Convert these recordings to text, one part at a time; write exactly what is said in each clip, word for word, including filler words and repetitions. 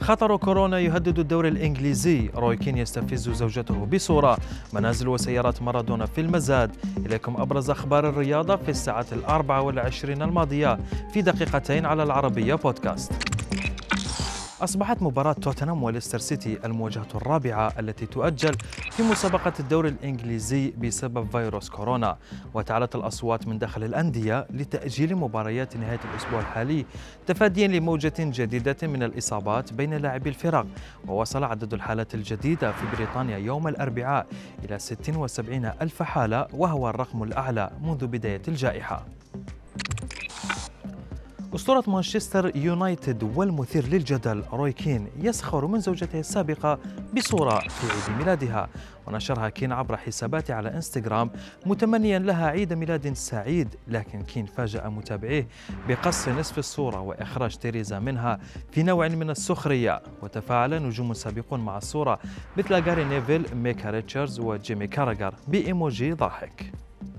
خطر كورونا يهدد الدوري الإنجليزي، روي كين يستفز زوجته بصورة، منازل وسيارات مارادونا في المزاد. إليكم أبرز أخبار الرياضة في الساعة الأربع والعشرين الماضية في دقيقتين على العربية بودكاست. أصبحت مباراة توتنهام وليستر سيتي المواجهة الرابعة التي تؤجل في مسابقة الدوري الإنجليزي بسبب فيروس كورونا، وتعالت الأصوات من داخل الأندية لتأجيل مباريات نهاية الأسبوع الحالي تفاديا لموجة جديدة من الإصابات بين لاعبي الفرق. ووصل عدد الحالات الجديدة في بريطانيا يوم الأربعاء إلى ستة وسبعين ألف حالة، وهو الرقم الأعلى منذ بداية الجائحة. أسطورة مانشستر يونايتد والمثير للجدل روي كين يسخر من زوجته السابقة بصورة في عيد ميلادها، ونشرها كين عبر حساباته على انستغرام متمنيا لها عيد ميلاد سعيد. لكن كين فاجأ متابعيه بقص نصف الصورة وإخراج تيريزا منها في نوع من السخرية. وتفاعل نجوم سابقون مع الصورة مثل غاري نيفيل، ميكا ريتشاردز وجيمي كاراغر بإيموجي ضاحك.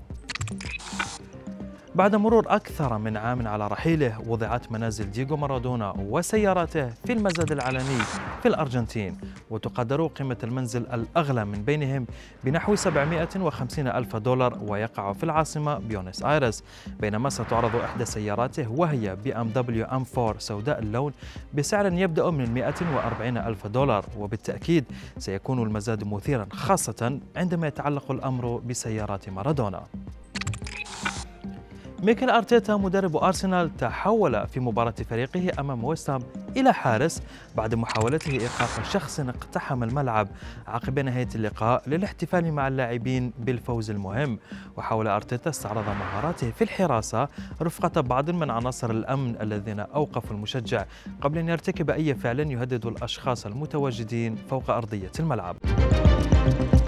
بعد مرور أكثر من عام على رحيله، وضعت منازل دييغو مارادونا وسياراته في المزاد العلني في الأرجنتين، وتقدر قيمة المنزل الأغلى من بينهم بنحو سبعمائة وخمسين ألف دولار، ويقع في العاصمة بيونس آيرس. بينما ستعرض إحدى سياراته وهي بي إم دبليو إم أربعة سوداء اللون بسعر يبدأ من مائة وأربعين ألف دولار. وبالتأكيد سيكون المزاد مثيرا، خاصة عندما يتعلق الأمر بسيارات مارادونا. ميكيل أرتيتا مدرب أرسنال تحول في مباراة فريقه أمام ويست هام إلى حارس بعد محاولته إيقاف شخص اقتحم الملعب عقب نهاية اللقاء للاحتفال مع اللاعبين بالفوز المهم. وحاول أرتيتا استعراض مهاراته في الحراسة رفقة بعض من عناصر الأمن الذين أوقفوا المشجع قبل أن يرتكب أي فعل يهدد الأشخاص المتواجدين فوق أرضية الملعب.